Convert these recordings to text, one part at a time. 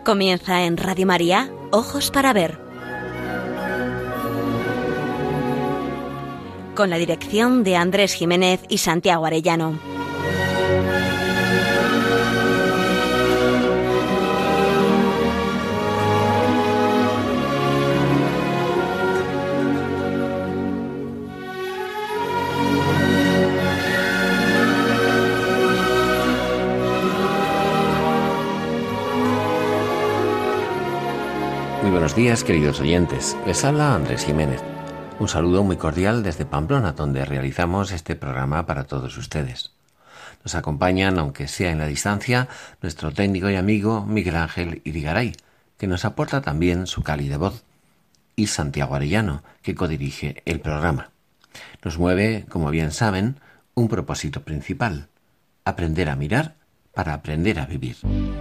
Comienza en Radio María, Ojos para Ver. Con la dirección de Andrés Jiménez y Santiago Arellano. Muy buenos días, queridos oyentes. Les habla Andrés Jiménez. Un saludo muy cordial desde Pamplona, donde realizamos este programa para todos ustedes. Nos acompañan, aunque sea en la distancia, nuestro técnico y amigo Miguel Ángel Irigaray, que nos aporta también su cálida voz, y Santiago Arellano, que codirige el programa. Nos mueve, como bien saben, un propósito principal: aprender a mirar para aprender a vivir.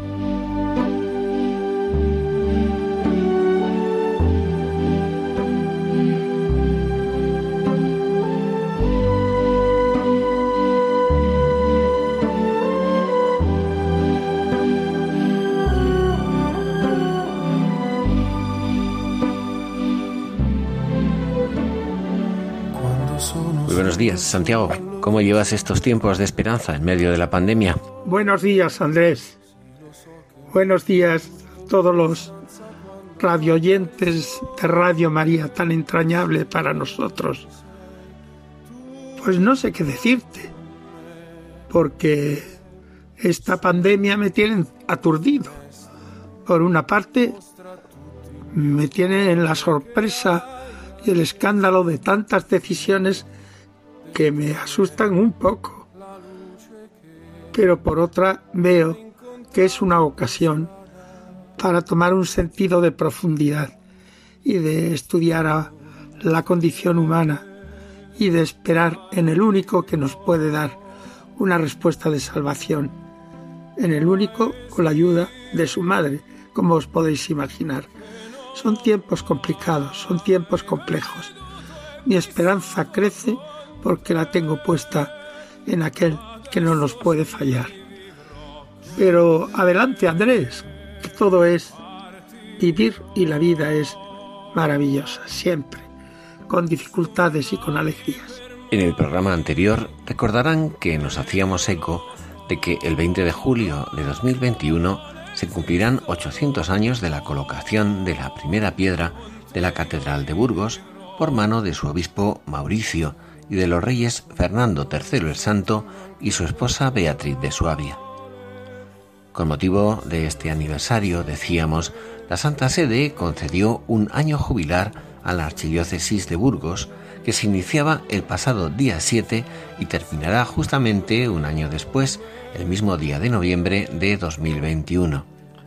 Muy buenos días, Santiago. ¿Cómo llevas estos tiempos de esperanza en medio de la pandemia? Buenos días, Andrés. Buenos días a todos los radioyentes de Radio María, tan entrañable para nosotros. Pues no sé qué decirte, porque esta pandemia me tiene aturdido. Por una parte, me tiene en la sorpresa y el escándalo de tantas decisiones que me asustan un poco. Pero por otra veo que es una ocasión para tomar un sentido de profundidad y de estudiar a la condición humana y de esperar en el único que nos puede dar una respuesta de salvación, en el único con la ayuda de su madre, como os podéis imaginar. Son tiempos complicados, son tiempos complejos. Mi esperanza crece porque la tengo puesta en aquel que no nos puede fallar. Pero adelante, Andrés, que todo es vivir y la vida es maravillosa, siempre, con dificultades y con alegrías. En el programa anterior recordarán que nos hacíamos eco de que el 20 de julio de 2021 se cumplirán 800 años de la colocación de la primera piedra de la Catedral de Burgos por mano de su obispo Mauricio y de los reyes Fernando III el Santo y su esposa Beatriz de Suabia. Con motivo de este aniversario, decíamos, la Santa Sede concedió un año jubilar a la Archidiócesis de Burgos, que se iniciaba el pasado día 7 y terminará justamente un año después, el mismo día de noviembre de 2021.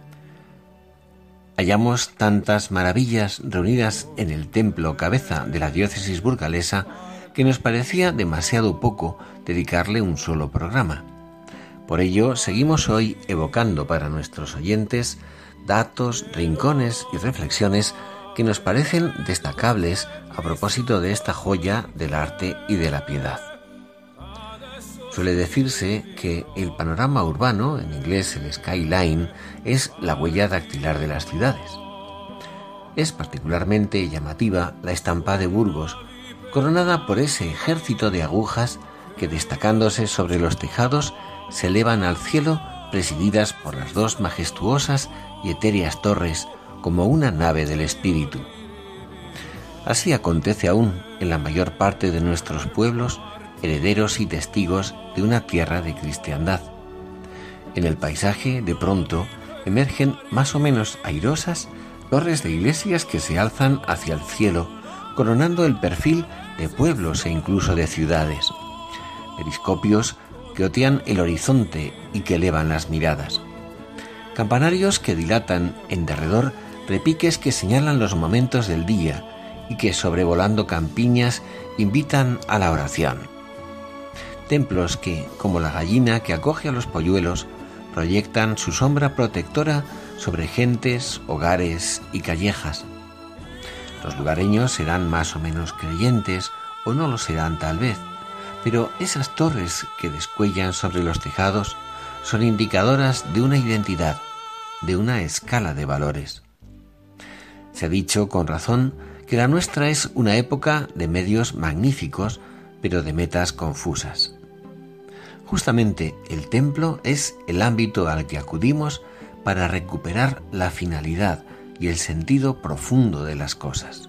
Hallamos tantas maravillas reunidas en el templo cabeza de la diócesis burgalesa que nos parecía demasiado poco dedicarle un solo programa. Por ello, seguimos hoy evocando para nuestros oyentes datos, rincones y reflexiones que nos parecen destacables a propósito de esta joya del arte y de la piedad. Suele decirse que el panorama urbano, en inglés el skyline, es la huella dactilar de las ciudades. Es particularmente llamativa la estampa de Burgos, coronada por ese ejército de agujas que, destacándose sobre los tejados, se elevan al cielo, presididas por las dos majestuosas y etéreas torres, como una nave del espíritu. Así acontece aún en la mayor parte de nuestros pueblos, herederos y testigos de una tierra de cristiandad. En el paisaje, de pronto, emergen más o menos airosas torres de iglesias que se alzan hacia el cielo, coronando el perfil de pueblos e incluso de ciudades. Periscopios que otean el horizonte y que elevan las miradas. Campanarios que dilatan en derredor repiques que señalan los momentos del día y que, sobrevolando campiñas, invitan a la oración. Templos que, como la gallina que acoge a los polluelos, proyectan su sombra protectora sobre gentes, hogares y callejas. Los lugareños serán más o menos creyentes, o no lo serán tal vez, pero esas torres que descuellan sobre los tejados son indicadoras de una identidad, de una escala de valores. Se ha dicho con razón que la nuestra es una época de medios magníficos, pero de metas confusas. Justamente el templo es el ámbito al que acudimos para recuperar la finalidad y el sentido profundo de las cosas.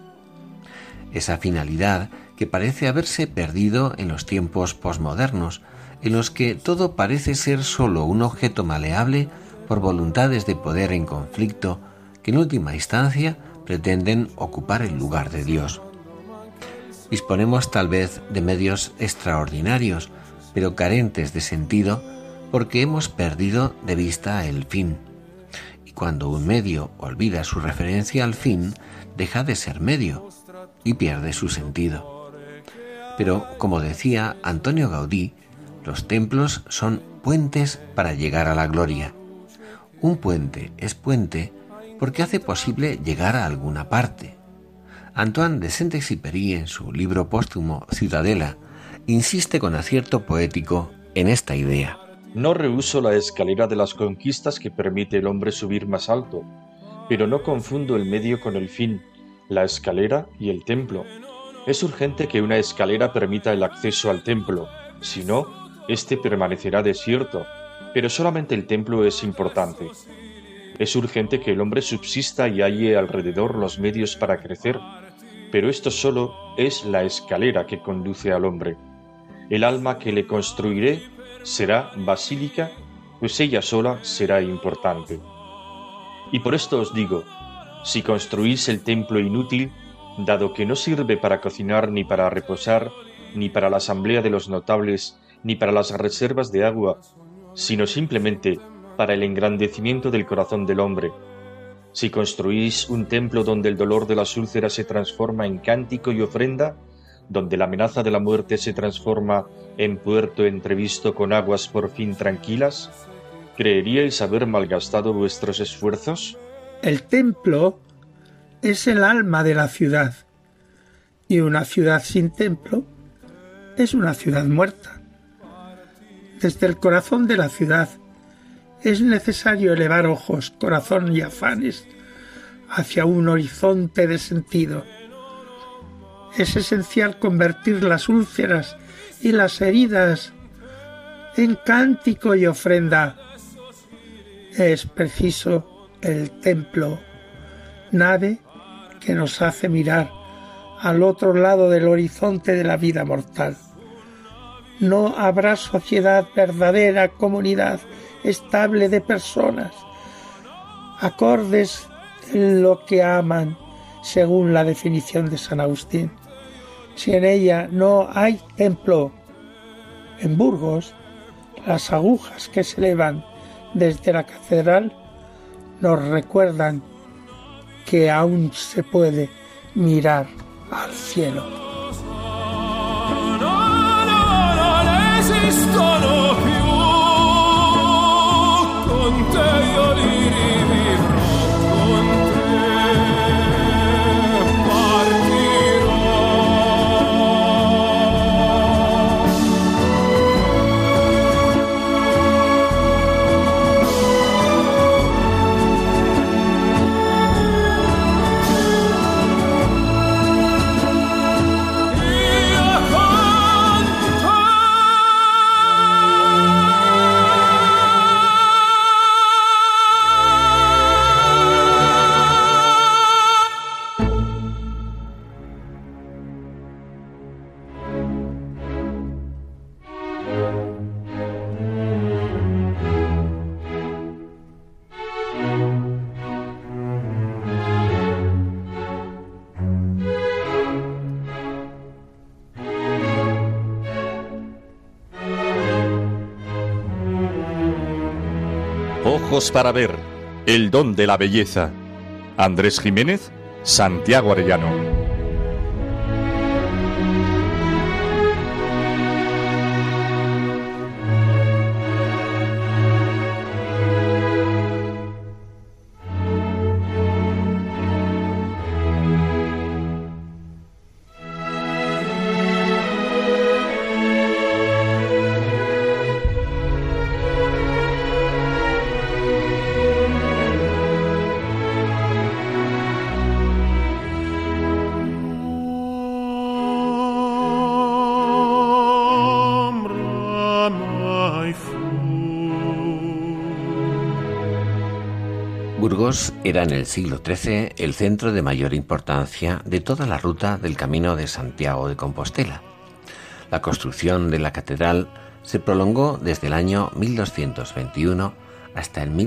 Esa finalidad que parece haberse perdido en los tiempos posmodernos, en los que todo parece ser solo un objeto maleable por voluntades de poder en conflicto que en última instancia pretenden ocupar el lugar de Dios. Disponemos tal vez de medios extraordinarios, pero carentes de sentido porque hemos perdido de vista el fin. Y cuando un medio olvida su referencia al fin, deja de ser medio y pierde su sentido. Pero, como decía Antonio Gaudí, los templos son puentes para llegar a la gloria. Un puente es puente porque hace posible llegar a alguna parte. Antoine de Saint-Exupéry, en su libro póstumo Ciudadela, insiste con acierto poético en esta idea. No rehuso la escalera de las conquistas que permite el hombre subir más alto, pero no confundo el medio con el fin, la escalera y el templo. Es urgente que una escalera permita el acceso al templo, si no, éste permanecerá desierto, pero solamente el templo es importante. Es urgente que el hombre subsista y halle alrededor los medios para crecer, pero esto solo es la escalera que conduce al hombre. El alma que le construiré será basílica, pues ella sola será importante. Y por esto os digo, si construís el templo inútil, dado que no sirve para cocinar ni para reposar, ni para la asamblea de los notables, ni para las reservas de agua, sino simplemente para el engrandecimiento del corazón del hombre, si construís un templo donde el dolor de las úlceras se transforma en cántico y ofrenda, donde la amenaza de la muerte se transforma en puerto entrevisto con aguas por fin tranquilas, ¿creeríais haber malgastado vuestros esfuerzos? El templo es el alma de la ciudad, y una ciudad sin templo es una ciudad muerta. Desde el corazón de la ciudad es necesario elevar ojos, corazón y afanes hacia un horizonte de sentido. Es esencial convertir las úlceras y las heridas en cántico y ofrenda. Es preciso el templo, nave que nos hace mirar al otro lado del horizonte de la vida mortal. No habrá sociedad verdadera, comunidad estable de personas, acordes en lo que aman, según la definición de San Agustín, si en ella no hay templo. En Burgos, las agujas que se elevan desde la catedral nos recuerdan que aún se puede mirar al cielo. Ojos para ver, el don de la belleza. Andrés Jiménez, Santiago Arellano. Burgos era en el siglo XIII el centro de mayor importancia de toda la ruta del Camino de Santiago de Compostela. La construcción de la catedral se prolongó desde el año 1221 hasta el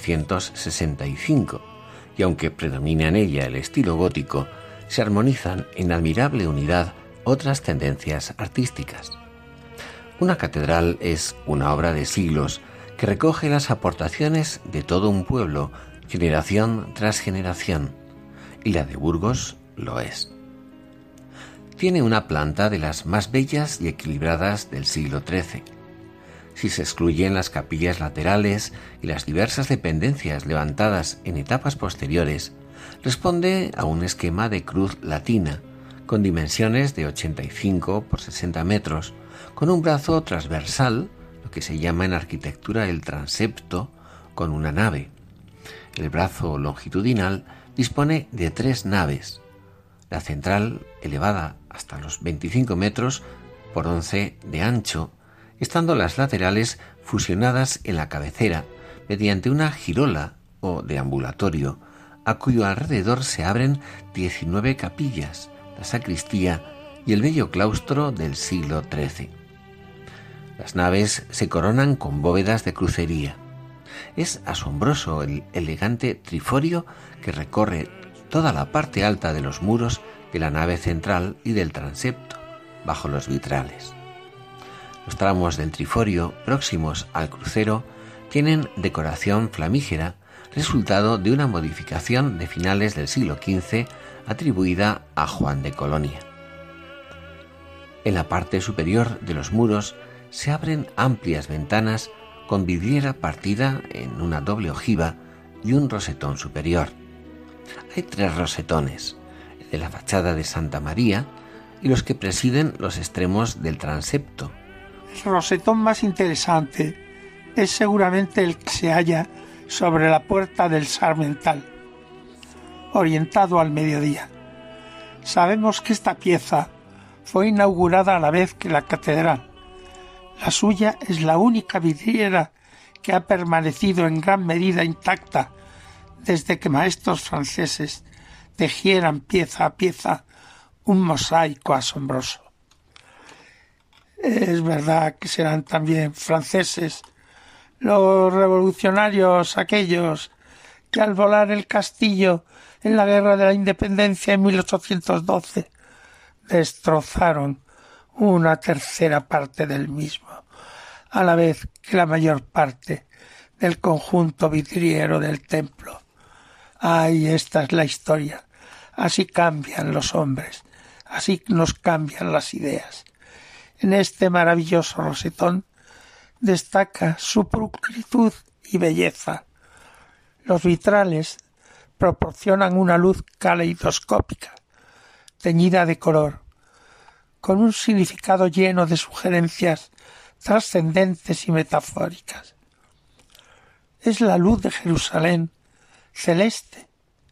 1765, y aunque predomina en ella el estilo gótico, se armonizan en admirable unidad otras tendencias artísticas. Una catedral es una obra de siglos que recoge las aportaciones de todo un pueblo, generación tras generación, y la de Burgos lo es. Tiene una planta de las más bellas y equilibradas del siglo XIII. Si se excluyen las capillas laterales y las diversas dependencias levantadas en etapas posteriores, responde a un esquema de cruz latina, con dimensiones de 85 por 60 metros, con un brazo transversal, lo que se llama en arquitectura el transepto, con una nave. El brazo longitudinal dispone de 3 naves, la central elevada hasta los 25 metros por 11 de ancho, estando las laterales fusionadas en la cabecera mediante una girola o deambulatorio, a cuyo alrededor se abren 19 capillas, la sacristía y el bello claustro del siglo XIII. Las naves se coronan con bóvedas de crucería. Es asombroso el elegante triforio que recorre toda la parte alta de los muros de la nave central y del transepto, bajo los vitrales. Los tramos del triforio próximos al crucero tienen decoración flamígera, resultado de una modificación de finales del siglo XV atribuida a Juan de Colonia. En la parte superior de los muros se abren amplias ventanas con vidriera partida en una doble ojiva y un rosetón superior. Hay 3 rosetones, el de la fachada de Santa María y los que presiden los extremos del transepto. El rosetón más interesante es seguramente el que se halla sobre la puerta del Sarmental, orientado al mediodía. Sabemos que esta pieza fue inaugurada a la vez que la catedral. La suya es la única vidriera que ha permanecido en gran medida intacta desde que maestros franceses tejieran pieza a pieza un mosaico asombroso. Es verdad que serán también franceses los revolucionarios aquellos que al volar el castillo en la Guerra de la Independencia en 1812 destrozaron una tercera parte del mismo, a la vez que la mayor parte del conjunto vidriero del templo. Ay, esta es la historia. Así cambian los hombres, así nos cambian las ideas. En este maravilloso rosetón destaca su pulcritud y belleza. Los vitrales proporcionan una luz caleidoscópica, teñida de color, con un significado lleno de sugerencias trascendentes y metafóricas. Es la luz de Jerusalén celeste,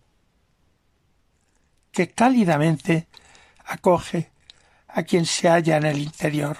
que cálidamente acoge a quien se halla en el interior.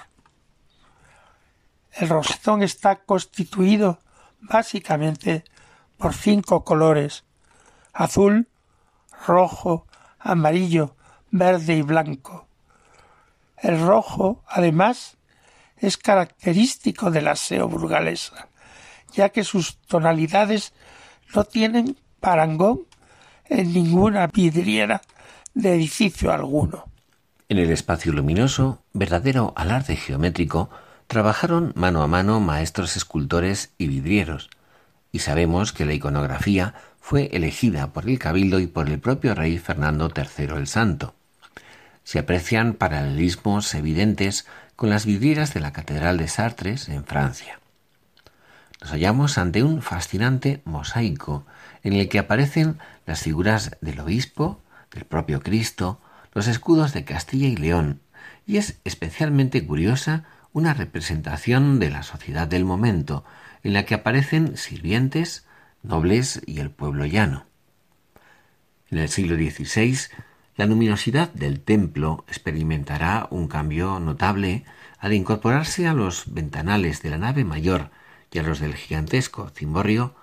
El rosetón está constituido básicamente por 5 colores: azul, rojo, amarillo, verde y blanco. El rojo, además, es característico del aseo burgalesa, ya que sus tonalidades no tienen parangón en ninguna vidriera de edificio alguno. En el espacio luminoso, verdadero alarde geométrico, trabajaron mano a mano maestros escultores y vidrieros, y sabemos que la iconografía fue elegida por el Cabildo y por el propio rey Fernando III el Santo. Se aprecian paralelismos evidentes con las vidrieras de la Catedral de Chartres en Francia. Nos hallamos ante un fascinante mosaico en el que aparecen las figuras del obispo, del propio Cristo, los escudos de Castilla y León, y es especialmente curiosa una representación de la sociedad del momento, en la que aparecen sirvientes, nobles y el pueblo llano. En el siglo XVI, la luminosidad del templo experimentará un cambio notable al incorporarse a los ventanales de la nave mayor y a los del gigantesco cimborrio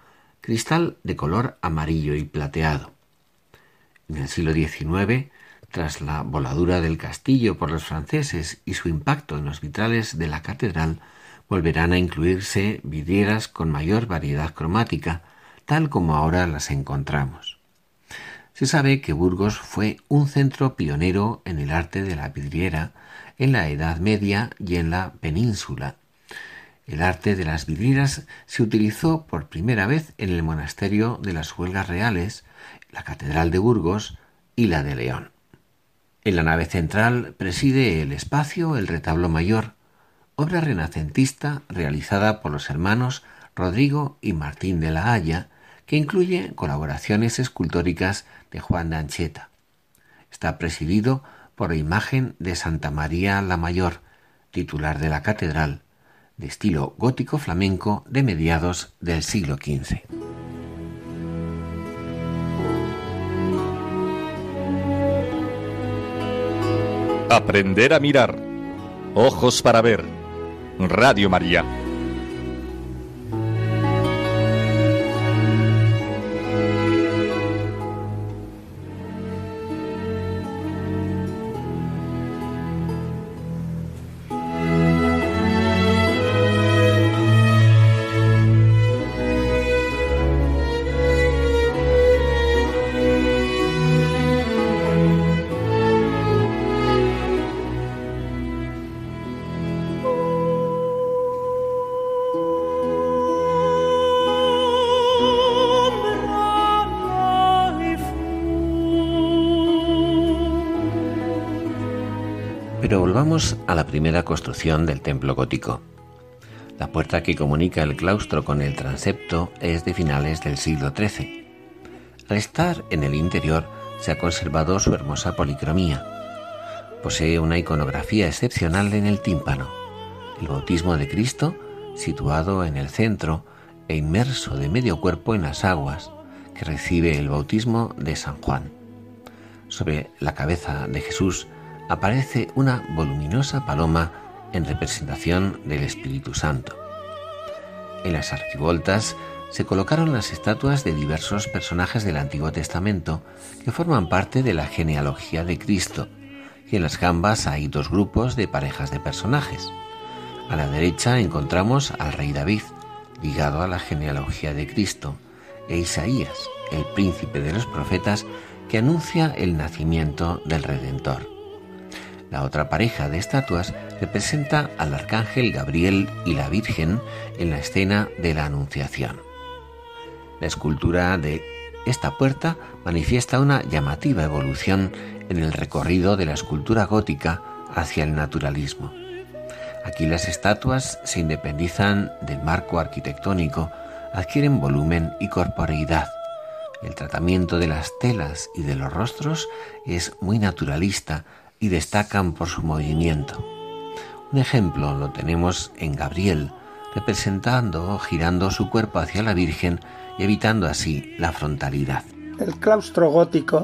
cristal de color amarillo y plateado. En el siglo XIX, tras la voladura del castillo por los franceses y su impacto en los vitrales de la catedral, volverán a incluirse vidrieras con mayor variedad cromática, tal como ahora las encontramos. Se sabe que Burgos fue un centro pionero en el arte de la vidriera en la Edad Media y en la península. El arte de las vidrieras se utilizó por primera vez en el monasterio de las Huelgas Reales, la Catedral de Burgos y la de León. En la nave central preside el espacio el retablo mayor, obra renacentista realizada por los hermanos Rodrigo y Martín de la Haya, que incluye colaboraciones escultóricas de Juan de Ancheta. Está presidido por la imagen de Santa María la Mayor, titular de la catedral, de estilo gótico flamenco de mediados del siglo XV. Aprender a mirar. Ojos para ver. Radio María. Pero volvamos a la primera construcción del templo gótico. La puerta que comunica el claustro con el transepto es de finales del siglo XIII. Al estar en el interior se ha conservado su hermosa policromía. Posee una iconografía excepcional en el tímpano, el bautismo de Cristo situado en el centro e inmerso de medio cuerpo en las aguas, que recibe el bautismo de San Juan. Sobre la cabeza de Jesús aparece una voluminosa paloma en representación del Espíritu Santo. En las arquivoltas se colocaron las estatuas de diversos personajes del Antiguo Testamento que forman parte de la genealogía de Cristo, y en las jambas hay dos grupos de parejas de personajes. A la derecha encontramos al rey David, ligado a la genealogía de Cristo, e Isaías, el príncipe de los profetas, que anuncia el nacimiento del Redentor. La otra pareja de estatuas representa al arcángel Gabriel y la Virgen en la escena de la Anunciación. La escultura de esta puerta manifiesta una llamativa evolución en el recorrido de la escultura gótica hacia el naturalismo. Aquí las estatuas se independizan del marco arquitectónico, adquieren volumen y corporeidad. El tratamiento de las telas y de los rostros es muy naturalista y destacan por su movimiento. Un ejemplo lo tenemos en Gabriel, representando o girando su cuerpo hacia la Virgen y evitando así la frontalidad. El claustro gótico,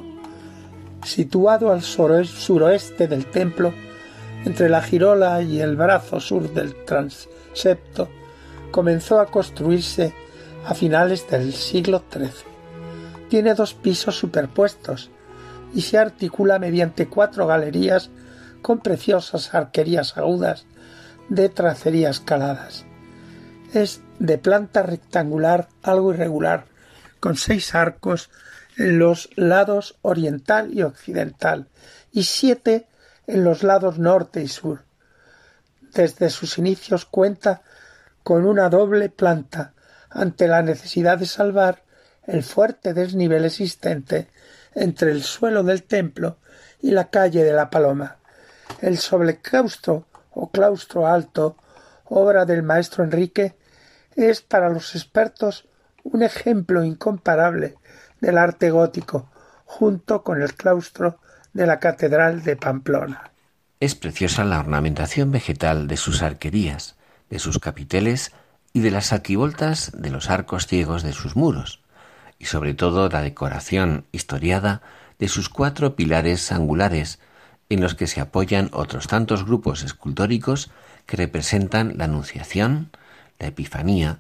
situado al suroeste del templo, entre la girola y el brazo sur del transepto, comenzó a construirse a finales del siglo XIII. Tiene 2 pisos superpuestos y se articula mediante 4 galerías con preciosas arquerías agudas de tracería escaladas. Es de planta rectangular algo irregular, con 6 arcos en los lados oriental y occidental y 7 en los lados norte y sur. Desde sus inicios cuenta con una doble planta ante la necesidad de salvar el fuerte desnivel existente entre el suelo del templo y la calle de la Paloma. El sobreclaustro o claustro alto, obra del maestro Enrique, es para los expertos un ejemplo incomparable del arte gótico, junto con el claustro de la Catedral de Pamplona. Es preciosa la ornamentación vegetal de sus arquerías, de sus capiteles y de las arquivoltas de los arcos ciegos de sus muros, y sobre todo la decoración historiada de sus 4 pilares angulares, en los que se apoyan otros tantos grupos escultóricos que representan la Anunciación, la Epifanía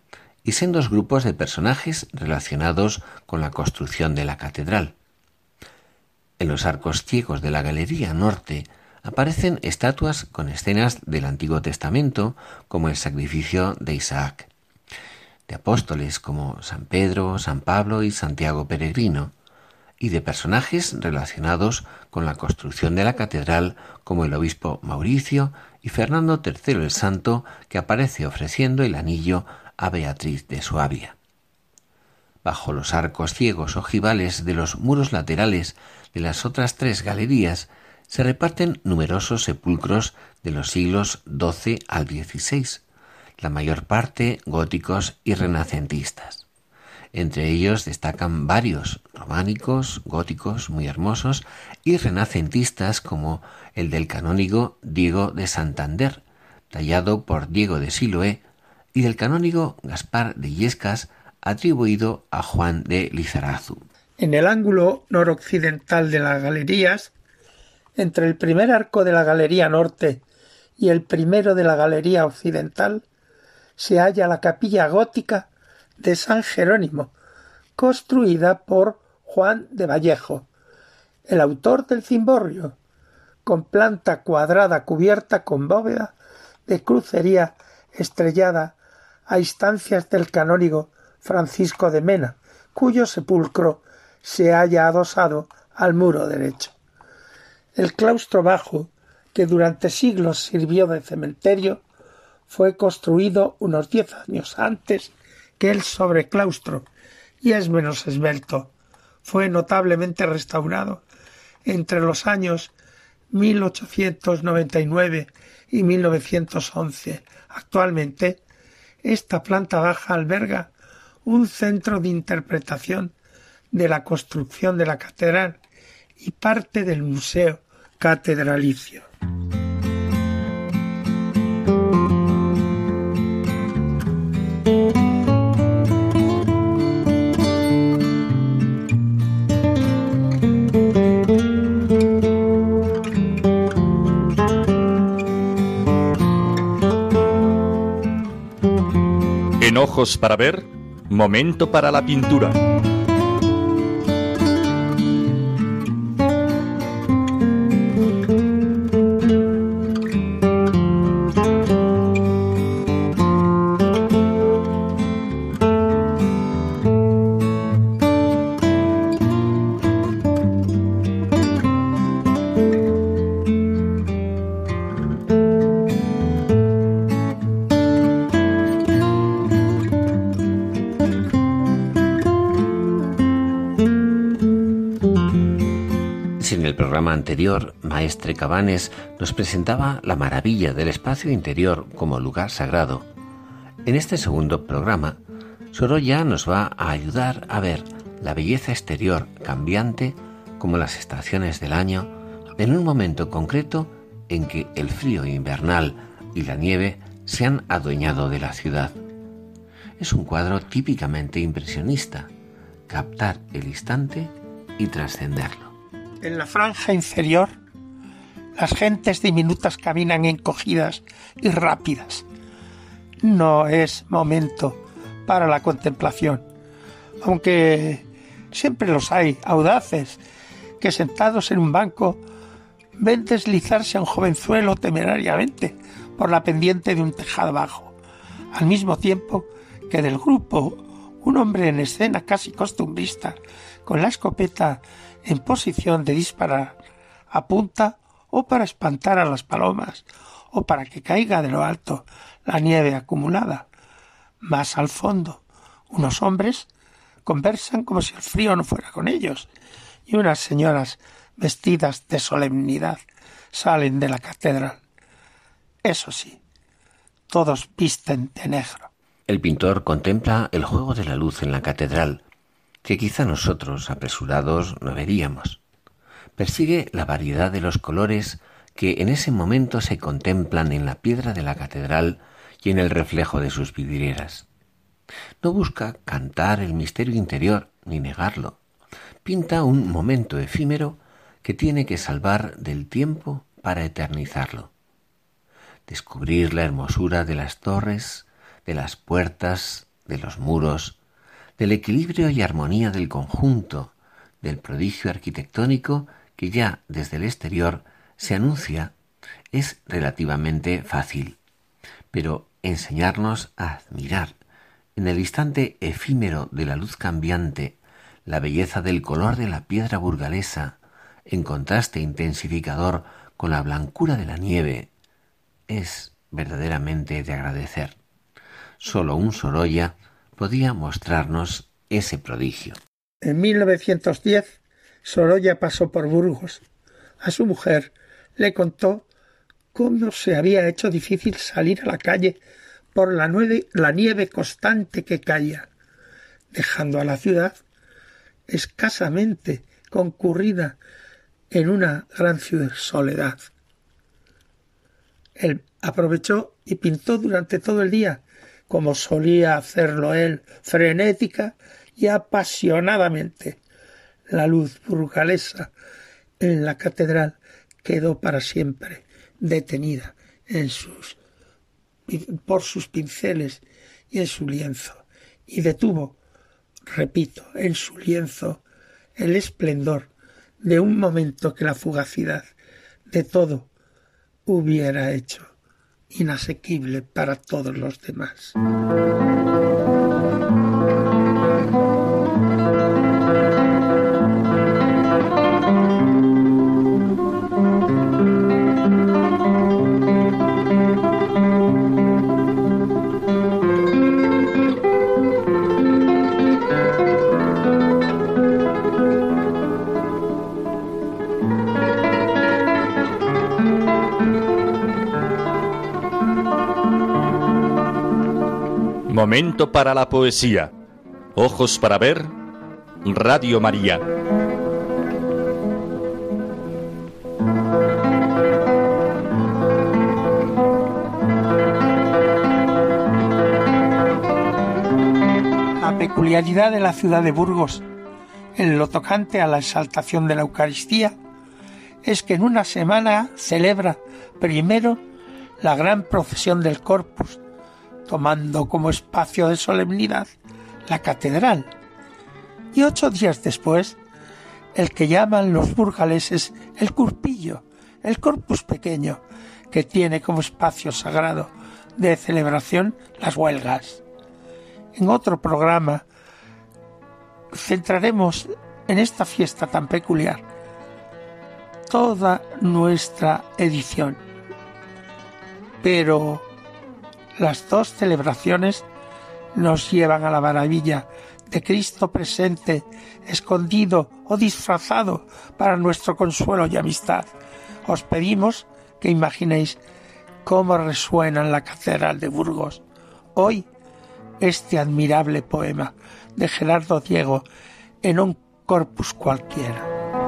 y sendos grupos de personajes relacionados con la construcción de la catedral. En los arcos ciegos de la galería norte aparecen estatuas con escenas del Antiguo Testamento, como el sacrificio de Isaac, de apóstoles como San Pedro, San Pablo y Santiago Peregrino, y de personajes relacionados con la construcción de la catedral, como el obispo Mauricio y Fernando III el Santo, que aparece ofreciendo el anillo a Beatriz de Suabia. Bajo los arcos ciegos ojivales de los muros laterales de las otras 3 galerías se reparten numerosos sepulcros de los siglos XII al XVI, la mayor parte góticos y renacentistas. Entre ellos destacan varios románicos, góticos muy hermosos y renacentistas, como el del canónigo Diego de Santander, tallado por Diego de Siloé, y del canónigo Gaspar de Illescas, atribuido a Juan de Lizarazu. En el ángulo noroccidental de las galerías, entre el primer arco de la galería norte y el primero de la galería occidental, se halla la capilla gótica de San Jerónimo, construida por Juan de Vallejo, el autor del cimborrio, con planta cuadrada cubierta con bóveda de crucería estrellada a instancias del canónigo Francisco de Mena, cuyo sepulcro se halla adosado al muro derecho. El claustro bajo, que durante siglos sirvió de cementerio, fue construido unos 10 años antes que el sobreclaustro y es menos esbelto. Fue notablemente restaurado entre los años 1899 y 1911. Actualmente, esta planta baja alberga un centro de interpretación de la construcción de la catedral y parte del museo catedralicio. En Ojos para Ver, momento para la pintura. Si en el programa anterior, Maestre Cabanes nos presentaba la maravilla del espacio interior como lugar sagrado, en este segundo programa, Sorolla nos va a ayudar a ver la belleza exterior cambiante como las estaciones del año en un momento concreto en que el frío invernal y la nieve se han adueñado de la ciudad. Es un cuadro típicamente impresionista, captar el instante y trascenderlo. En la franja inferior, las gentes diminutas caminan encogidas y rápidas. No es momento para la contemplación, aunque siempre los hay audaces que sentados en un banco ven deslizarse a un jovenzuelo temerariamente por la pendiente de un tejado bajo, al mismo tiempo que del grupo un hombre en escena casi costumbrista, con la escopeta en posición de disparar, apunta o para espantar a las palomas o para que caiga de lo alto la nieve acumulada. Más al fondo, unos hombres conversan como si el frío no fuera con ellos y unas señoras vestidas de solemnidad salen de la catedral. Eso sí, todos visten de negro. El pintor contempla el juego de la luz en la catedral, que quizá nosotros, apresurados, no veríamos. Persigue la variedad de los colores que en ese momento se contemplan en la piedra de la catedral y en el reflejo de sus vidrieras. No busca cantar el misterio interior ni negarlo. Pinta un momento efímero que tiene que salvar del tiempo para eternizarlo. Descubrir la hermosura de las torres, de las puertas, de los muros, del equilibrio y armonía del conjunto, del prodigio arquitectónico que ya desde el exterior se anuncia, es relativamente fácil. Pero enseñarnos a admirar, en el instante efímero de la luz cambiante, la belleza del color de la piedra burgalesa, en contraste intensificador con la blancura de la nieve, es verdaderamente de agradecer. Solo un Sorolla podía mostrarnos ese prodigio. En 1910, Sorolla pasó por Burgos. A su mujer le contó cómo se había hecho difícil salir a la calle por la nieve constante que caía, dejando a la ciudad escasamente concurrida en una gran soledad. Él aprovechó y pintó durante todo el día, como solía hacerlo él, frenética y apasionadamente. La luz burgalesa en la catedral quedó para siempre detenida por sus pinceles y en su lienzo, y detuvo, repito, en su lienzo el esplendor de un momento que la fugacidad de todo hubiera hecho inasequible para todos los demás. Momento para la poesía. Ojos para ver. Radio María. La peculiaridad de la ciudad de Burgos, en lo tocante a la exaltación de la Eucaristía, es que en una semana celebra primero la gran procesión del Corpus, tomando como espacio de solemnidad la catedral, y 8 días después el que llaman los burgaleses el Curpillo, el Corpus pequeño, que tiene como espacio sagrado de celebración las huelgas. En otro programa centraremos en esta fiesta tan peculiar toda nuestra edición, pero las dos celebraciones nos llevan a la maravilla de Cristo presente, escondido o disfrazado para nuestro consuelo y amistad. Os pedimos que imaginéis cómo resuena en la Catedral de Burgos hoy este admirable poema de Gerardo Diego en un corpus cualquiera.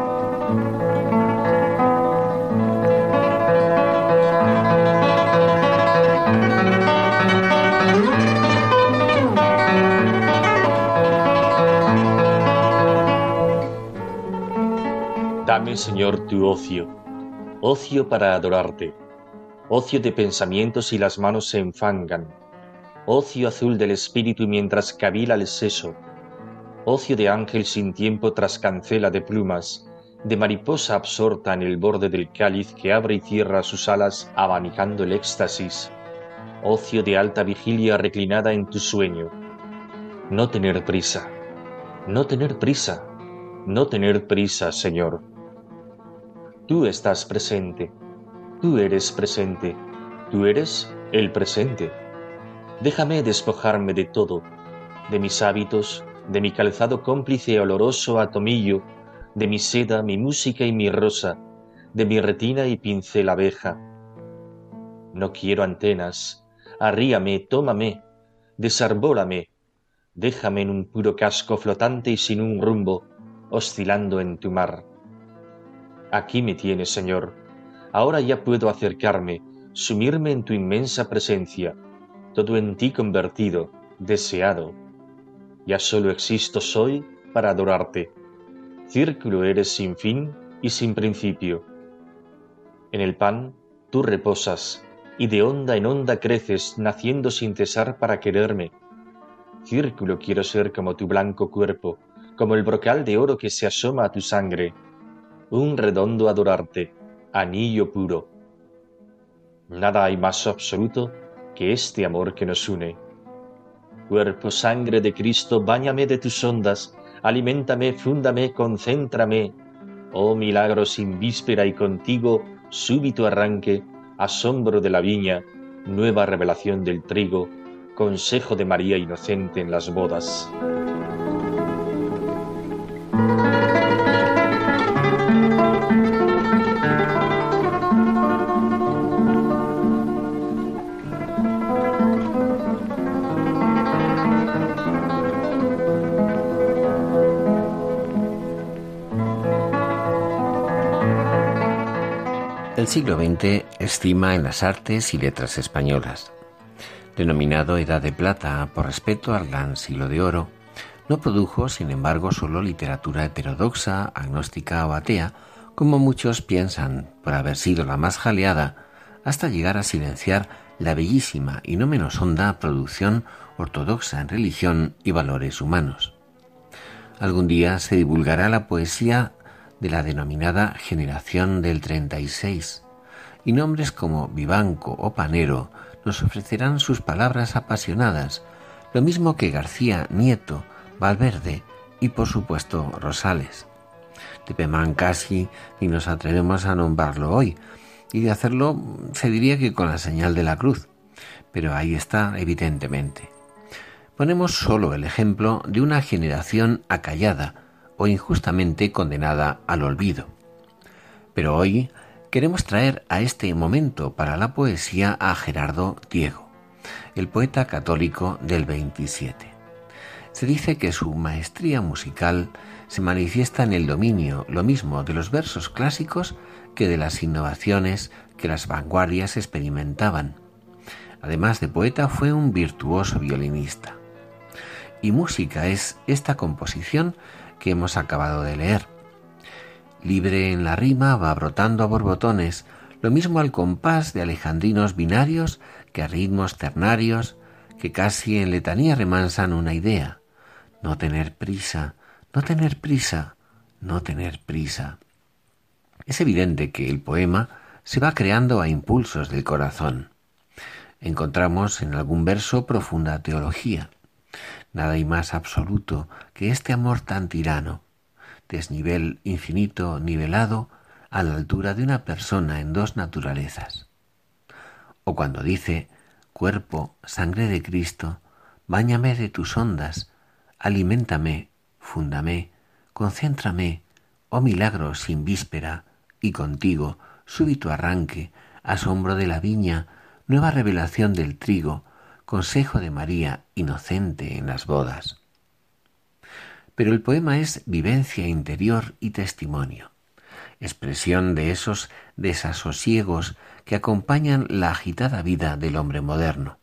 Dame, Señor, tu ocio, ocio para adorarte, ocio de pensamientos y las manos se enfangan, ocio azul del espíritu mientras cavila el seso, ocio de ángel sin tiempo tras cancela de plumas, de mariposa absorta en el borde del cáliz que abre y cierra sus alas abanicando el éxtasis, ocio de alta vigilia reclinada en tu sueño. No tener prisa, no tener prisa, no tener prisa, Señor. Tú estás presente, tú eres presente, tú eres el presente. Déjame despojarme de todo, de mis hábitos, de mi calzado cómplice oloroso a tomillo, de mi seda, mi música y mi rosa, de mi retina y pincel abeja. No quiero antenas, arríame, tómame, desarbólame, déjame en un puro casco flotante y sin un rumbo, oscilando en tu mar. Aquí me tienes, Señor. Ahora ya puedo acercarme, sumirme en tu inmensa presencia, todo en ti convertido, deseado. Ya solo existo soy para adorarte. Círculo eres sin fin y sin principio. En el pan tú reposas, y de onda en onda creces, naciendo sin cesar para quererme. Círculo quiero ser como tu blanco cuerpo, como el brocal de oro que se asoma a tu sangre. Un redondo adorarte, anillo puro. Nada hay más absoluto que este amor que nos une. Cuerpo, sangre de Cristo, báñame de tus ondas, aliméntame, fúndame, concéntrame. Oh milagro sin víspera y contigo, súbito arranque, asombro de la viña, nueva revelación del trigo, consejo de María inocente en las bodas. El siglo XX estima en las artes y letras españolas. Denominado Edad de Plata por respeto al gran siglo de oro, no produjo, sin embargo, solo literatura heterodoxa, agnóstica o atea, como muchos piensan, por haber sido la más jaleada, hasta llegar a silenciar la bellísima y no menos honda producción ortodoxa en religión y valores humanos. Algún día se divulgará la poesía de la denominada Generación del 36, y nombres como Vivanco o Panero nos ofrecerán sus palabras apasionadas, lo mismo que García Nieto, Valverde y, por supuesto, Rosales. De Pemán casi ni nos atrevemos a nombrarlo hoy, y de hacerlo se diría que con la señal de la cruz, pero ahí está evidentemente. Ponemos solo el ejemplo de una generación acallada o injustamente condenada al olvido. Pero hoy queremos traer a este momento para la poesía a Gerardo Diego, el poeta católico del 27. Se dice que su maestría musical se manifiesta en el dominio, lo mismo de los versos clásicos que de las innovaciones que las vanguardias experimentaban. Además de poeta, fue un virtuoso violinista. Y música es esta composición que hemos acabado de leer. Libre en la rima, va brotando a borbotones, lo mismo al compás de alejandrinos binarios que a ritmos ternarios que casi en letanía remansan una idea: no tener prisa, no tener prisa, no tener prisa. Es evidente que el poema se va creando a impulsos del corazón. Encontramos en algún verso profunda teología. Nada hay más absoluto que este amor tan tirano, desnivel infinito nivelado a la altura de una persona en dos naturalezas. O cuando dice: cuerpo, sangre de Cristo, báñame de tus ondas, aliméntame, fúndame, concéntrame, oh milagro sin víspera, y contigo, súbito arranque, asombro de la viña, nueva revelación del trigo, consejo de María inocente en las bodas. Pero el poema es vivencia interior y testimonio, expresión de esos desasosiegos que acompañan la agitada vida del hombre moderno.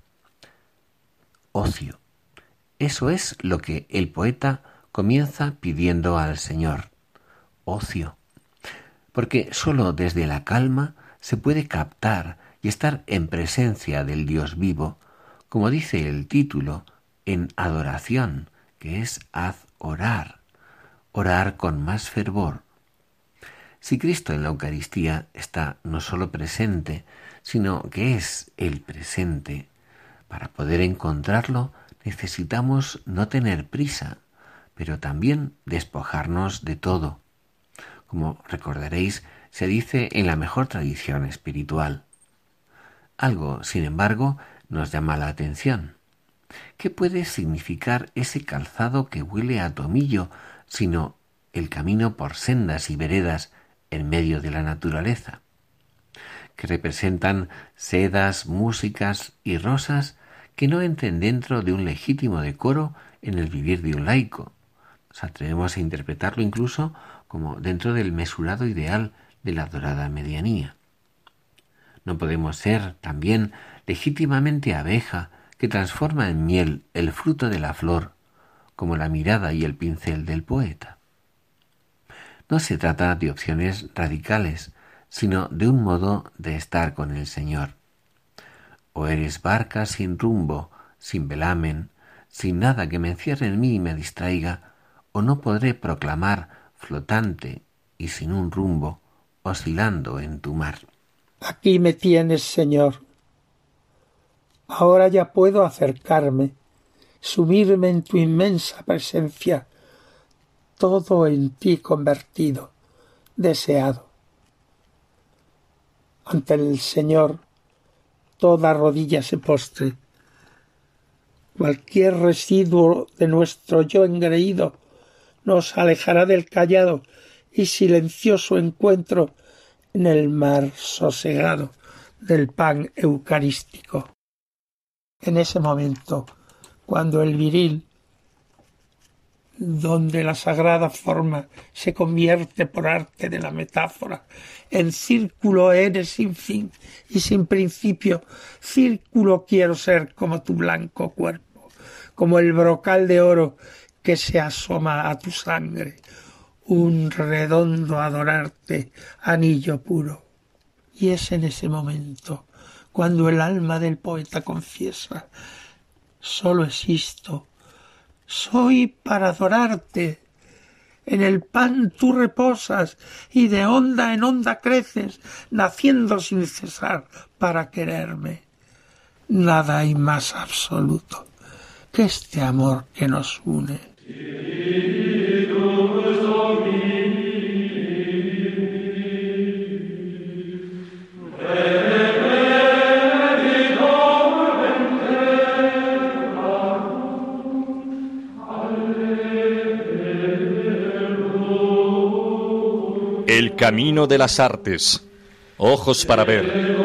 Ocio. Eso es lo que el poeta comienza pidiendo al Señor. Ocio. Porque sólo desde la calma se puede captar y estar en presencia del Dios vivo, como dice el título, en adoración, que es haz orar, orar con más fervor. Si Cristo en la Eucaristía está no solo presente, sino que es el presente, para poder encontrarlo necesitamos no tener prisa, pero también despojarnos de todo. Como recordaréis, se dice en la mejor tradición espiritual. Algo, sin embargo, nos llama la atención. ¿Qué puede significar ese calzado que huele a tomillo, sino el camino por sendas y veredas en medio de la naturaleza? Que representan sedas, músicas y rosas que no entren dentro de un legítimo decoro en el vivir de un laico. Nos atrevemos a interpretarlo incluso como dentro del mesurado ideal de la dorada medianía. No podemos ser también legítimamente abeja que transforma en miel el fruto de la flor, como la mirada y el pincel del poeta. No se trata de opciones radicales, sino de un modo de estar con el Señor. O eres barca sin rumbo, sin velamen, sin nada que me encierre en mí y me distraiga, o no podré proclamar flotante y sin un rumbo, oscilando en tu mar. Aquí me tienes, Señor. Ahora ya puedo acercarme, sumirme en tu inmensa presencia, todo en ti convertido, deseado. Ante el Señor toda rodilla se postre. Cualquier residuo de nuestro yo engreído nos alejará del callado y silencioso encuentro en el mar sosegado del pan eucarístico. En ese momento, cuando el viril, donde la sagrada forma se convierte por arte de la metáfora en círculo eres sin fin y sin principio, círculo quiero ser como tu blanco cuerpo, como el brocal de oro que se asoma a tu sangre, un redondo adorarte, anillo puro. Y es en ese momento cuando el alma del poeta confiesa: solo existo, soy para adorarte. En el pan tú reposas y de onda en onda creces, naciendo sin cesar para quererme. Nada hay más absoluto que este amor que nos une. El camino de las artes. Ojos para ver.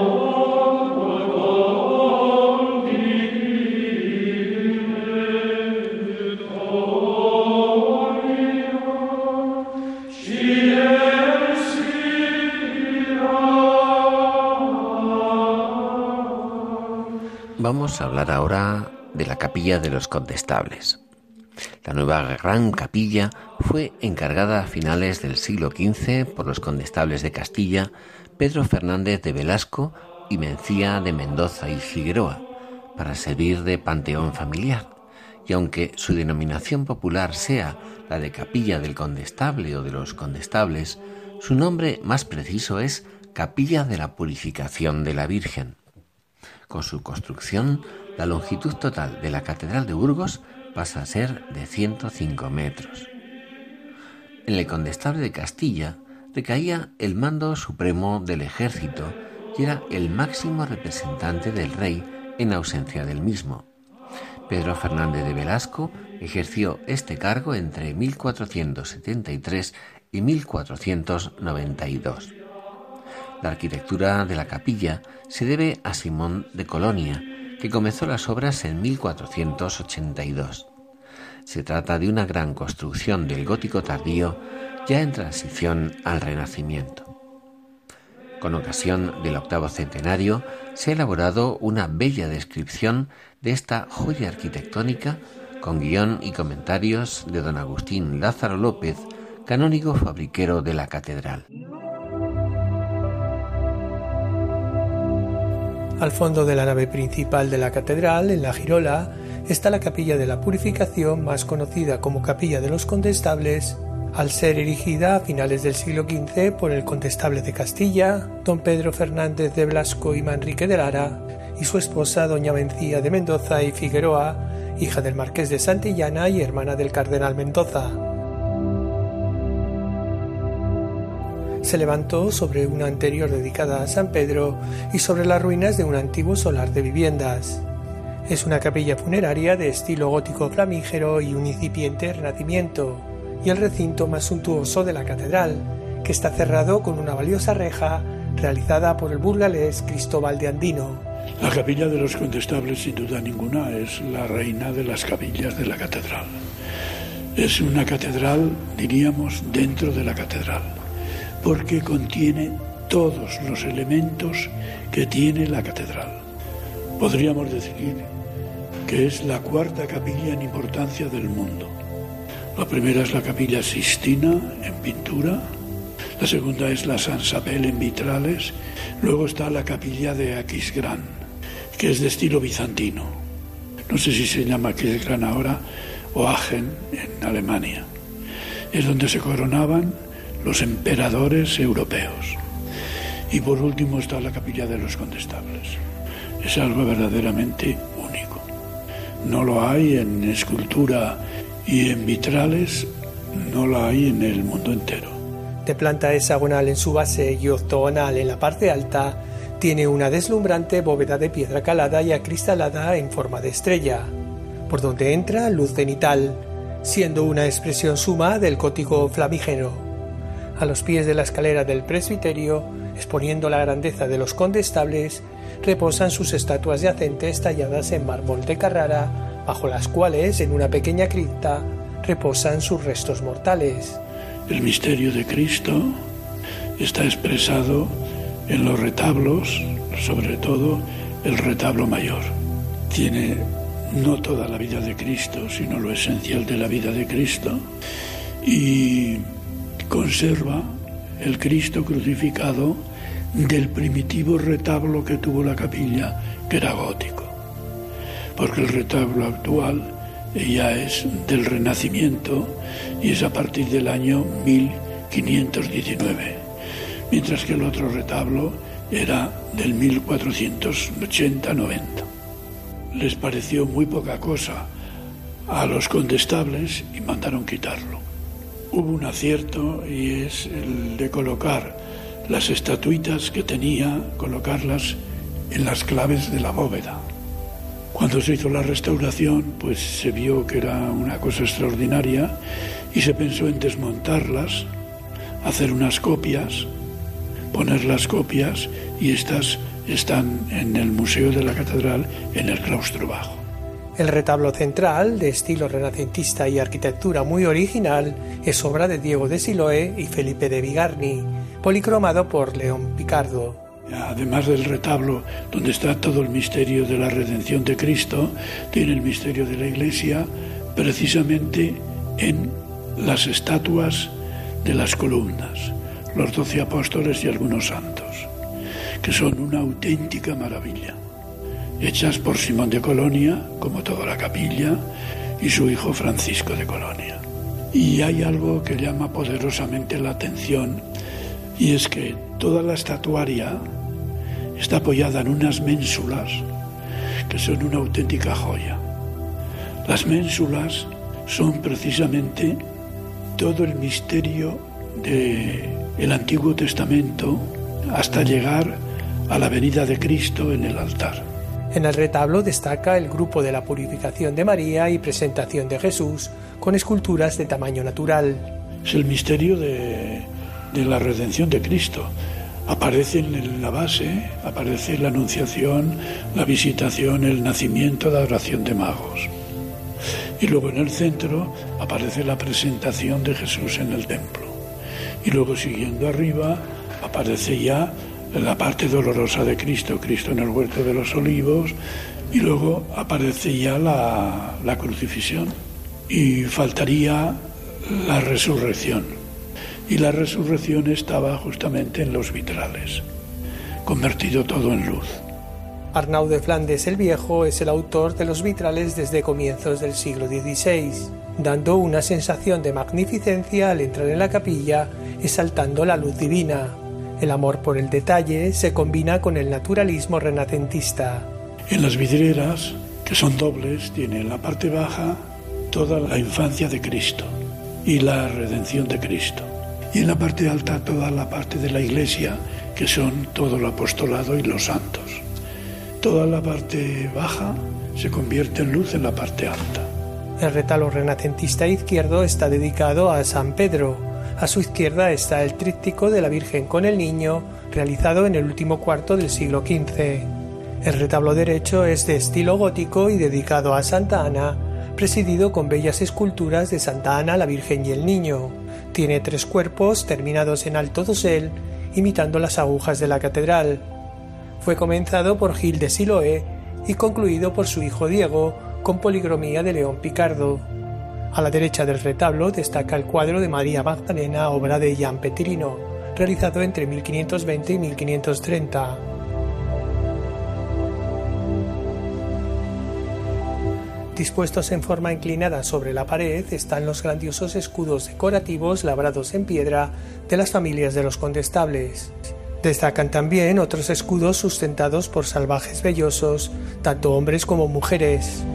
Vamos a hablar ahora de la capilla de los condestables. La nueva gran capilla fue encargada a finales del siglo XV por los condestables de Castilla, Pedro Fernández de Velasco y Mencía de Mendoza y Figueroa, para servir de panteón familiar, y aunque su denominación popular sea la de Capilla del Condestable o de los Condestables, su nombre más preciso es Capilla de la Purificación de la Virgen. Con su construcción, la longitud total de la Catedral de Burgos pasa a ser de 105 metros. En el Condestable de Castilla recaía el mando supremo del ejército y era el máximo representante del rey en ausencia del mismo. Pedro Fernández de Velasco ejerció este cargo entre 1473 y 1492. La arquitectura de la capilla se debe a Simón de Colonia, que comenzó las obras en 1482. Se trata de una gran construcción del gótico tardío, ya en transición al Renacimiento. Con ocasión del 8º centenario, se ha elaborado una bella descripción de esta joya arquitectónica, con guión y comentarios de don Agustín Lázaro López, canónigo fabriquero de la catedral. Al fondo de la nave principal de la catedral, en la girola, está la capilla de la Purificación, más conocida como Capilla de los Condestables, al ser erigida a finales del siglo XV por el condestable de Castilla, don Pedro Fernández de Velasco y Manrique de Lara, y su esposa doña Mencía de Mendoza y Figueroa, hija del marqués de Santillana y hermana del cardenal Mendoza. Se levantó sobre una anterior dedicada a San Pedro y sobre las ruinas de un antiguo solar de viviendas. Es una capilla funeraria de estilo gótico flamígero y un incipiente renacimiento, y el recinto más suntuoso de la catedral, que está cerrado con una valiosa reja realizada por el burgalés Cristóbal de Andino. La capilla de los condestables, sin duda ninguna, es la reina de las capillas de la catedral. Es una catedral, diríamos, dentro de la catedral, porque contiene todos los elementos que tiene la catedral. Podríamos decir que es la cuarta capilla en importancia del mundo. La primera es la capilla Sistina en pintura, la segunda es la San Sabel en vitrales, luego está la capilla de Aquisgrán, que es de estilo bizantino. no sé si se llama Kirchgran ahora, o Aachen, en Alemania. Es donde se coronaban los emperadores europeos. Y por último está la Capilla de los Condestables. Es algo verdaderamente único. No lo hay en escultura y en vitrales, no lo hay en el mundo entero. De planta hexagonal en su base y octogonal en la parte alta, tiene una deslumbrante bóveda de piedra calada y acristalada en forma de estrella, por donde entra luz cenital, siendo una expresión suma del gótico flamígero. A los pies de la escalera del presbiterio, exponiendo la grandeza de los condestables, reposan sus estatuas yacentes talladas en mármol de Carrara, bajo las cuales, en una pequeña cripta, reposan sus restos mortales. El misterio de Cristo está expresado en los retablos, sobre todo el retablo mayor. Tiene no toda la vida de Cristo, sino lo esencial de la vida de Cristo, y conserva el Cristo crucificado del primitivo retablo que tuvo la capilla, que era gótico, porque el retablo actual ya es del Renacimiento y es a partir del año 1519, mientras que el otro retablo era del 1480-90. Les pareció muy poca cosa a los condestables y mandaron quitarlo. Hubo un acierto y es el de colocar las estatuitas que tenía, colocarlas en las claves de la bóveda. Cuando se hizo la restauración, pues se vio que era una cosa extraordinaria y se pensó en desmontarlas, hacer unas copias, poner las copias, y estas están en el Museo de la Catedral, en el claustro bajo. El retablo central, de estilo renacentista y arquitectura muy original, es obra de Diego de Siloé y Felipe de Bigarni, policromado por León Picardo. Además del retablo, donde está todo el misterio de la redención de Cristo, tiene el misterio de la Iglesia precisamente en las estatuas de las columnas, los 12 apóstoles y algunos santos, que son una auténtica maravilla, hechas por Simón de Colonia, como toda la capilla, y su hijo Francisco de Colonia. Y hay algo que llama poderosamente la atención, y es que toda la estatuaria está apoyada en unas ménsulas que son una auténtica joya. Las ménsulas son precisamente todo el misterio del Antiguo Testamento hasta llegar a la venida de Cristo en el altar. En el retablo destaca el grupo de la Purificación de María y Presentación de Jesús, con esculturas de tamaño natural. Es el misterio de la redención de Cristo. Aparece en la base, aparece la Anunciación, la Visitación, el nacimiento, la oración de magos. Y luego en el centro aparece la presentación de Jesús en el templo. Y luego siguiendo arriba aparece ya la parte dolorosa de Cristo, Cristo en el huerto de los olivos, y luego aparece ya la crucifixión. Y faltaría la resurrección. Y la resurrección estaba justamente en los vitrales, convertido todo en luz. Arnau de Flandes el Viejo es el autor de los vitrales desde comienzos del siglo XVI, dando una sensación de magnificencia al entrar en la capilla, exaltando la luz divina. El amor por el detalle se combina con el naturalismo renacentista. En las vidrieras, que son dobles, tiene en la parte baja toda la infancia de Cristo y la redención de Cristo. Y en la parte alta toda la parte de la Iglesia, que son todo el apostolado y los santos. Toda la parte baja se convierte en luz en la parte alta. El retablo renacentista izquierdo está dedicado a San Pedro. A su izquierda está el tríptico de la Virgen con el Niño, realizado en el último cuarto del siglo XV. El retablo derecho es de estilo gótico y dedicado a Santa Ana, presidido con bellas esculturas de Santa Ana, la Virgen y el Niño. Tiene 3 cuerpos terminados en alto dosel, imitando las agujas de la catedral. Fue comenzado por Gil de Siloé y concluido por su hijo Diego, con policromía de León Picardo. A la derecha del retablo destaca el cuadro de María Magdalena, obra de Jan Petrino, realizado entre 1520 y 1530. Dispuestos en forma inclinada sobre la pared están los grandiosos escudos decorativos labrados en piedra de las familias de los condestables. Destacan también otros escudos sustentados por salvajes vellosos, tanto hombres como mujeres.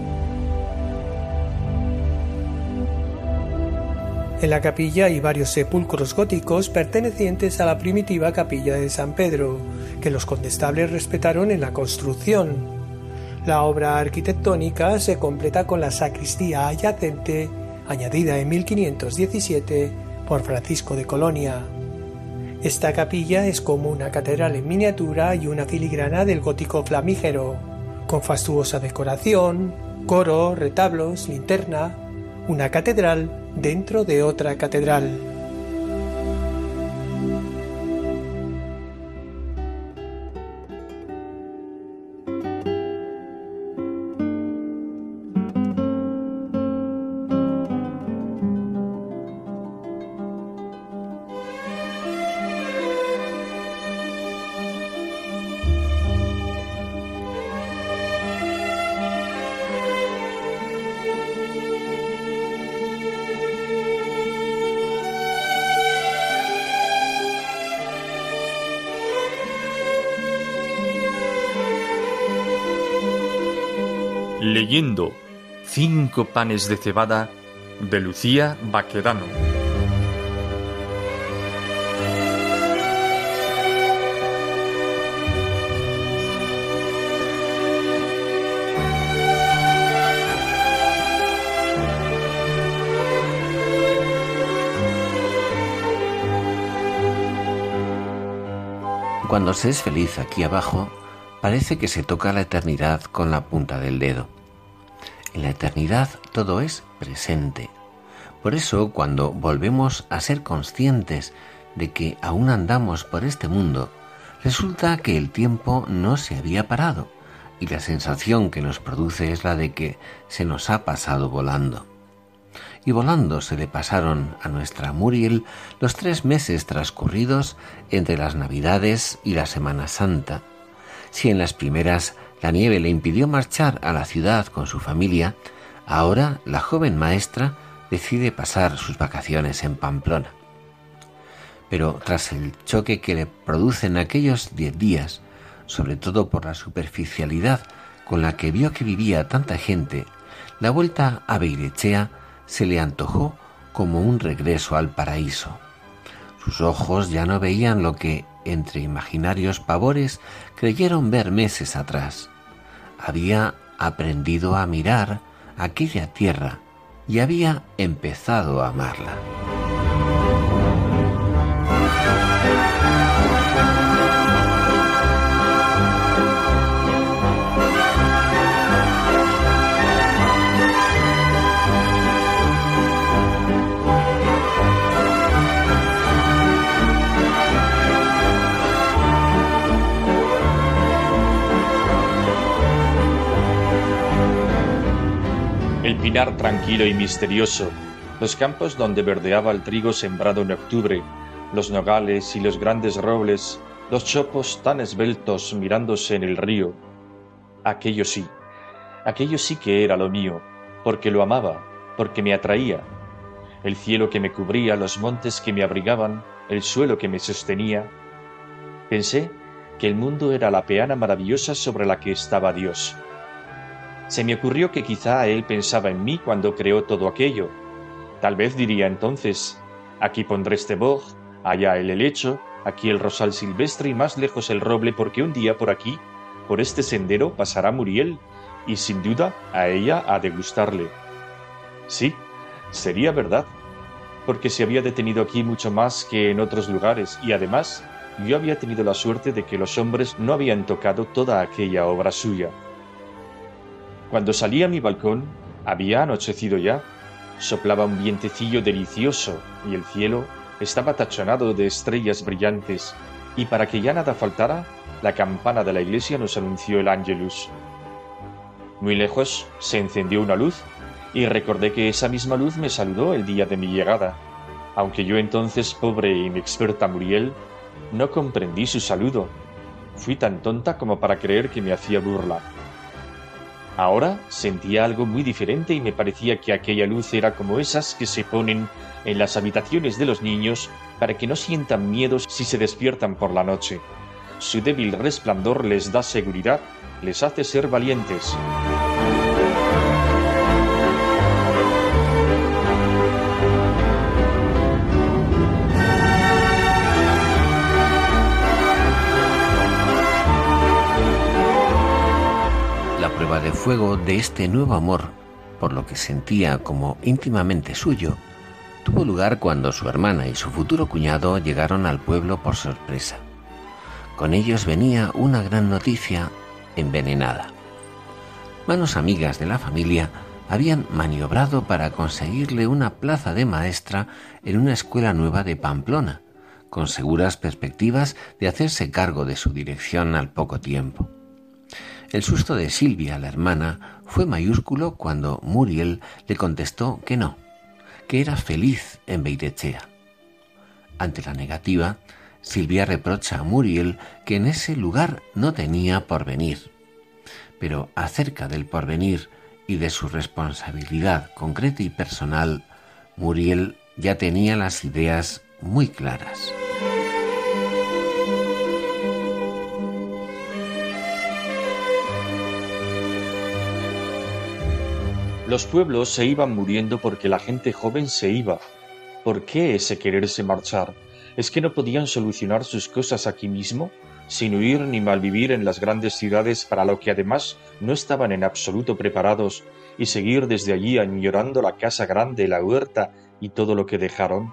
En la capilla hay varios sepulcros góticos pertenecientes a la primitiva capilla de San Pedro, que los condestables respetaron en la construcción. La obra arquitectónica se completa con la sacristía adyacente, añadida en 1517 por Francisco de Colonia. Esta capilla es como una catedral en miniatura y una filigrana del gótico flamígero, con fastuosa decoración, coro, retablos, linterna, una catedral dentro de otra catedral. Leyendo 5 panes de cebada de Lucía Baquedano. Cuando se es feliz aquí abajo, parece que se toca la eternidad con la punta del dedo. En la eternidad todo es presente. Por eso, cuando volvemos a ser conscientes de que aún andamos por este mundo, resulta que el tiempo no se había parado y la sensación que nos produce es la de que se nos ha pasado volando. Y volando se le pasaron a nuestra Muriel los 3 meses transcurridos entre las Navidades y la Semana Santa. Si en las primeras la nieve le impidió marchar a la ciudad con su familia, ahora la joven maestra decide pasar sus vacaciones en Pamplona. Pero tras el choque que le producen aquellos 10 días, sobre todo por la superficialidad con la que vio que vivía tanta gente, la vuelta a Beirechea se le antojó como un regreso al paraíso. Sus ojos ya no veían lo que, entre imaginarios pavores, creyeron ver meses atrás. Había aprendido a mirar aquella tierra y había empezado a amarla. El pinar tranquilo y misterioso, los campos donde verdeaba el trigo sembrado en octubre, los nogales y los grandes robles, los chopos tan esbeltos mirándose en el río. Aquello sí que era lo mío, porque lo amaba, porque me atraía. El cielo que me cubría, los montes que me abrigaban, el suelo que me sostenía. Pensé que el mundo era la peana maravillosa sobre la que estaba Dios. Se me ocurrió que quizá él pensaba en mí cuando creó todo aquello. Tal vez diría entonces, aquí pondré este boj, allá el helecho, aquí el rosal silvestre y más lejos el roble, porque un día por aquí, por este sendero, pasará Muriel, y sin duda a ella ha de gustarle. Sí, sería verdad, porque se había detenido aquí mucho más que en otros lugares, y además yo había tenido la suerte de que los hombres no habían tocado toda aquella obra suya. Cuando salí a mi balcón, había anochecido ya, soplaba un vientecillo delicioso y el cielo estaba tachonado de estrellas brillantes, y para que ya nada faltara, la campana de la iglesia nos anunció el Ángelus. Muy lejos se encendió una luz, y recordé que esa misma luz me saludó el día de mi llegada, aunque yo entonces, pobre e inexperta Muriel, no comprendí su saludo. Fui tan tonta como para creer que me hacía burla. Ahora sentía algo muy diferente y me parecía que aquella luz era como esas que se ponen en las habitaciones de los niños para que no sientan miedo si se despiertan por la noche. Su débil resplandor les da seguridad, les hace ser valientes. La prueba de fuego de este nuevo amor, por lo que sentía como íntimamente suyo, tuvo lugar cuando su hermana y su futuro cuñado llegaron al pueblo por sorpresa. Con ellos venía una gran noticia envenenada. Manos amigas de la familia habían maniobrado para conseguirle una plaza de maestra en una escuela nueva de Pamplona, con seguras perspectivas de hacerse cargo de su dirección al poco tiempo. El susto de Silvia, la hermana, fue mayúsculo cuando Muriel le contestó que no, que era feliz en Beirechea. Ante la negativa, Silvia reprocha a Muriel que en ese lugar no tenía porvenir. Pero acerca del porvenir y de su responsabilidad concreta y personal, Muriel ya tenía las ideas muy claras. Los pueblos se iban muriendo porque la gente joven se iba. ¿Por qué ese quererse marchar? ¿Es que no podían solucionar sus cosas aquí mismo, sin huir ni malvivir en las grandes ciudades para lo que además no estaban en absoluto preparados y seguir desde allí añorando la casa grande, la huerta y todo lo que dejaron?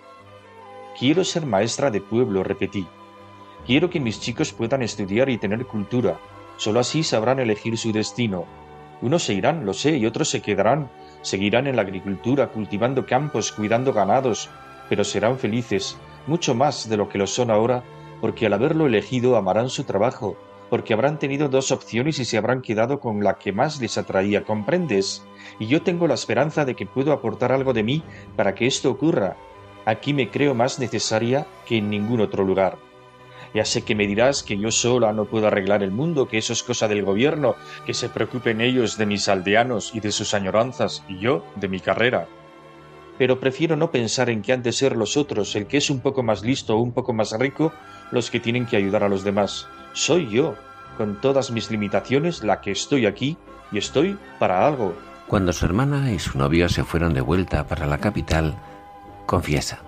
Quiero ser maestra de pueblo, repetí. Quiero que mis chicos puedan estudiar y tener cultura. Solo así sabrán elegir su destino. Unos se irán, lo sé, y otros se quedarán. Seguirán en la agricultura, cultivando campos, cuidando ganados, pero serán felices, mucho más de lo que lo son ahora, porque al haberlo elegido amarán su trabajo, porque habrán tenido dos opciones y se habrán quedado con la que más les atraía, ¿comprendes? Y yo tengo la esperanza de que puedo aportar algo de mí para que esto ocurra. Aquí me creo más necesaria que en ningún otro lugar. Ya sé que me dirás que yo sola no puedo arreglar el mundo, que eso es cosa del gobierno, que se preocupen ellos de mis aldeanos y de sus añoranzas, y yo de mi carrera. Pero prefiero no pensar en que han de ser los otros, el que es un poco más listo o un poco más rico, los que tienen que ayudar a los demás. Soy yo, con todas mis limitaciones, la que estoy aquí, y estoy para algo. Cuando su hermana y su novio se fueron de vuelta para la capital, confiesa: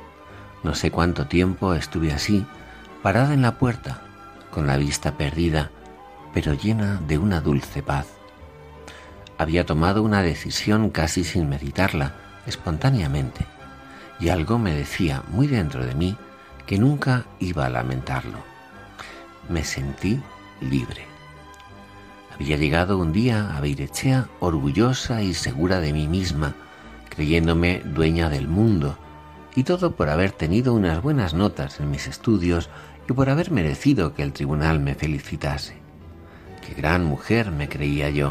no sé cuánto tiempo estuve así, parada en la puerta, con la vista perdida, pero llena de una dulce paz. Había tomado una decisión casi sin meditarla, espontáneamente, y algo me decía muy dentro de mí que nunca iba a lamentarlo. Me sentí libre. Había llegado un día a Beirechea orgullosa y segura de mí misma, creyéndome dueña del mundo, y todo por haber tenido unas buenas notas en mis estudios y por haber merecido que el tribunal me felicitase. ¡Qué gran mujer!, me creía yo.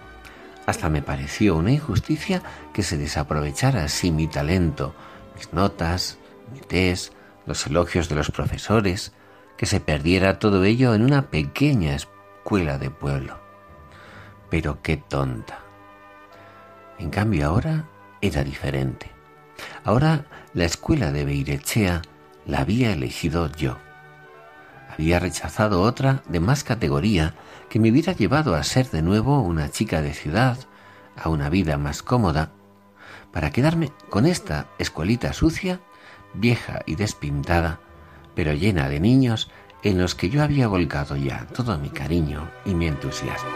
Hasta me pareció una injusticia que se desaprovechara así mi talento, mis notas, mi test, los elogios de los profesores, que se perdiera todo ello en una pequeña escuela de pueblo. Pero qué tonta. En cambio ahora era diferente. Ahora la escuela de Beirechea la había elegido yo. Había rechazado otra de más categoría que me hubiera llevado a ser de nuevo una chica de ciudad, a una vida más cómoda, para quedarme con esta escuelita sucia, vieja y despintada, pero llena de niños en los que yo había volcado ya todo mi cariño y mi entusiasmo.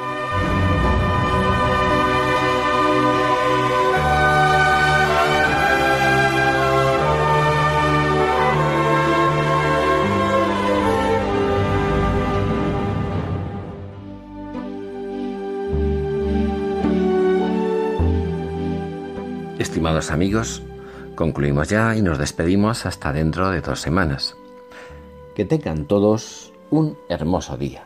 Estimados amigos, concluimos ya y nos despedimos hasta dentro de 2 semanas. Que tengan todos un hermoso día.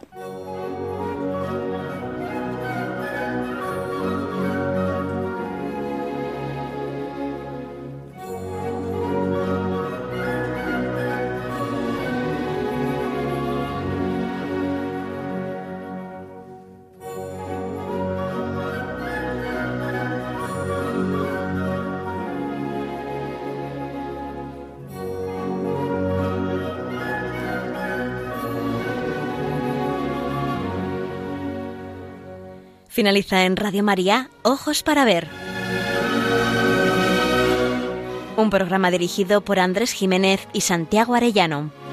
Finaliza en Radio María, Ojos para Ver. Un programa dirigido por Andrés Jiménez y Santiago Arellano.